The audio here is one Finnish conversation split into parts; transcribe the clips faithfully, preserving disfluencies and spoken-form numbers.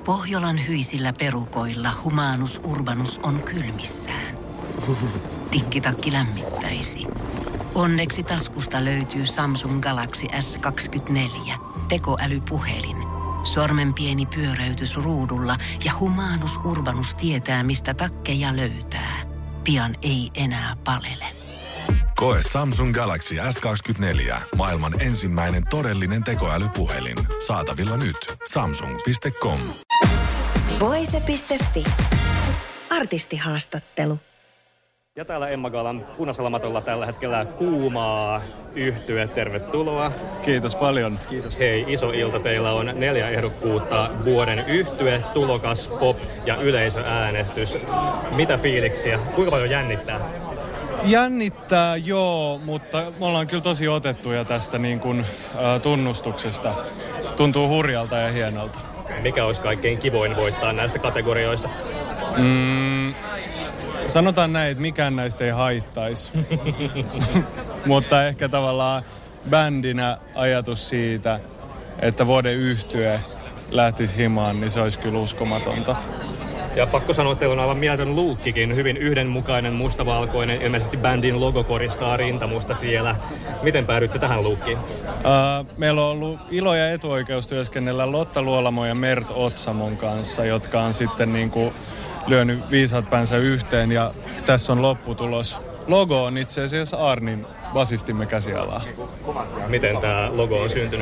Pohjolan hyisillä perukoilla Humanus Urbanus on kylmissään. Tikkitakki lämmittäisi. Onneksi taskusta löytyy Samsung Galaxy S kaksikymmentäneljä, tekoälypuhelin. Sormen pieni pyöräytys ruudulla ja Humanus Urbanus tietää, mistä takkeja löytää. Pian ei enää palele. Koe Samsung Galaxy S kaksikymmentäneljä, maailman ensimmäinen todellinen tekoälypuhelin. Saatavilla nyt. samsung piste com. Voise piste fi. Artistihaastattelu. Ja täällä Emma Galan punaisella matolla tällä hetkellä Kuumaa yhtye. Tervetuloa. Kiitos paljon. Kiitos. Hei, iso ilta. Teillä on neljä ehdokkuutta vuoden yhtye, tulokas, pop ja yleisöäänestys. Mitä fiiliksiä? Kuinka paljon jännittää? Jännittää, joo, mutta me ollaan kyllä tosi otettuja tästä niin kuin, ä, tunnustuksesta. Tuntuu hurjalta ja hienolta. Mikä olisi kaikkein kivoin voittaa näistä kategorioista? Mm, sanotaan näin, että mikään näistä ei haittaisi. Mutta ehkä tavallaan bändinä ajatus siitä, että vuoden yhtye lähtisi himaan, niin se olisi kyllä uskomatonta. Ja pakko sanoa, että teillä on aivan mieletön luukkikin, hyvin yhdenmukainen, mustavalkoinen, ilmeisesti bändin logo koristaa rintamusta siellä. Miten päädyitte tähän luukkiin? Uh, meillä on ollut ilo ja etuoikeus työskennellä Lotta Luolamo ja Mert Otsamon kanssa, jotka on sitten niin kuin lyönyt viisaat päänsä yhteen ja tässä on lopputulos. Logo on itse asiassa Arnin basistimme käsialaa. Miten tämä logo on syntynyt?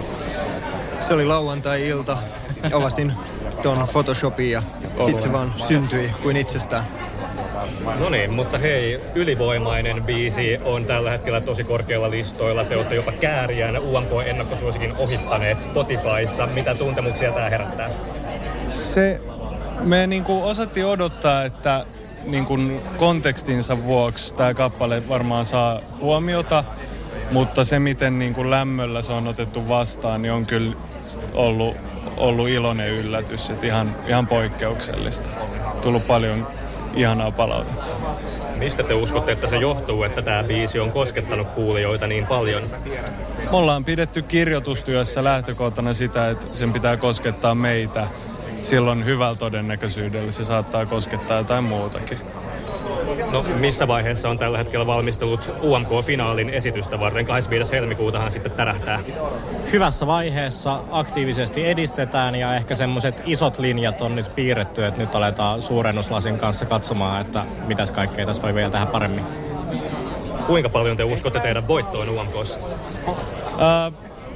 Se oli lauantai-ilta. Avasin tuon Photoshopin ja sitten se vaan syntyi kuin itsestään. No niin, mutta hei, ylivoimainen biisi on tällä hetkellä tosi korkealla listoilla. Te olette jopa Kääriän U M K-ennakkosuosikin ohittaneet Spotifyssa. Mitä tuntemuksia tämä herättää? Se, me niinku osattiin odottaa, että niinku kontekstinsa vuoksi tämä kappale varmaan saa huomiota, mutta se miten niinku lämmöllä se on otettu vastaan, niin on kyllä ollut, ollut iloinen yllätys. Et ihan, ihan poikkeuksellista. Tullut paljon ihanaa palautetta. Mistä te uskotte, että se johtuu, että tämä biisi on koskettanut kuulijoita niin paljon? Me ollaan pidetty kirjoitustyössä lähtökohtana sitä, että sen pitää koskettaa meitä. Silloin hyvällä todennäköisyydellä se saattaa koskettaa jotain muutakin. No missä vaiheessa on tällä hetkellä valmistelut U M K-finaalin esitystä varten? kahdeskymmenes helmikuutahan sitten tärähtää. Hyvässä vaiheessa aktiivisesti edistetään ja ehkä semmoiset isot linjat on nyt piirretty, että nyt aletaan suurennuslasin kanssa katsomaan, että mitäs kaikkea tässä voi vielä tehdä paremmin. Kuinka paljon te uskotte teidän voittoon U M K:ssa? Uh,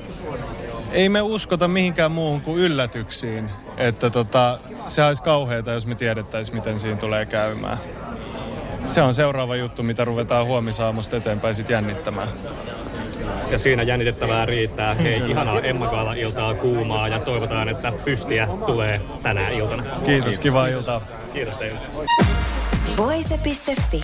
ei me uskota mihinkään muuhun kuin yllätyksiin. Että tota, se olisi kauheata, jos me tiedettäisiin, miten siinä tulee käymään. Se on seuraava juttu, mitä ruvetaan huomisaamusta eteenpäin sit jännittämään. Ja siinä jännitettävää riittää. Hei, ihanaa Emma Gala-iltaa Kuumaa ja toivotaan, että pystiä tulee tänä iltana. Kiitos, Kiitos. Kivaa iltaa. Kiitos teille. Voise piste fi.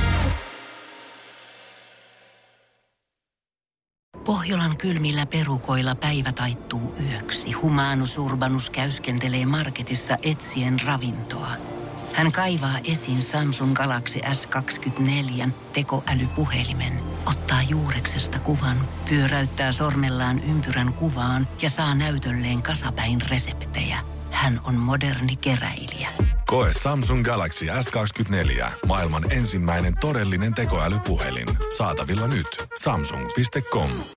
Pohjolan kylmillä perukoilla päivä taittuu yöksi. Humanus Urbanus käyskentelee marketissa etsien ravintoa. Hän kaivaa esiin Samsung Galaxy S kaksikymmentäneljä tekoälypuhelimen, ottaa juureksesta kuvan, pyöräyttää sormellaan ympyrän kuvaan ja saa näytölleen kasapäin reseptejä. Hän on moderni keräilijä. Koe Samsung Galaxy S kaksikymmentäneljä, maailman ensimmäinen todellinen tekoälypuhelin. Saatavilla nyt. samsung piste com.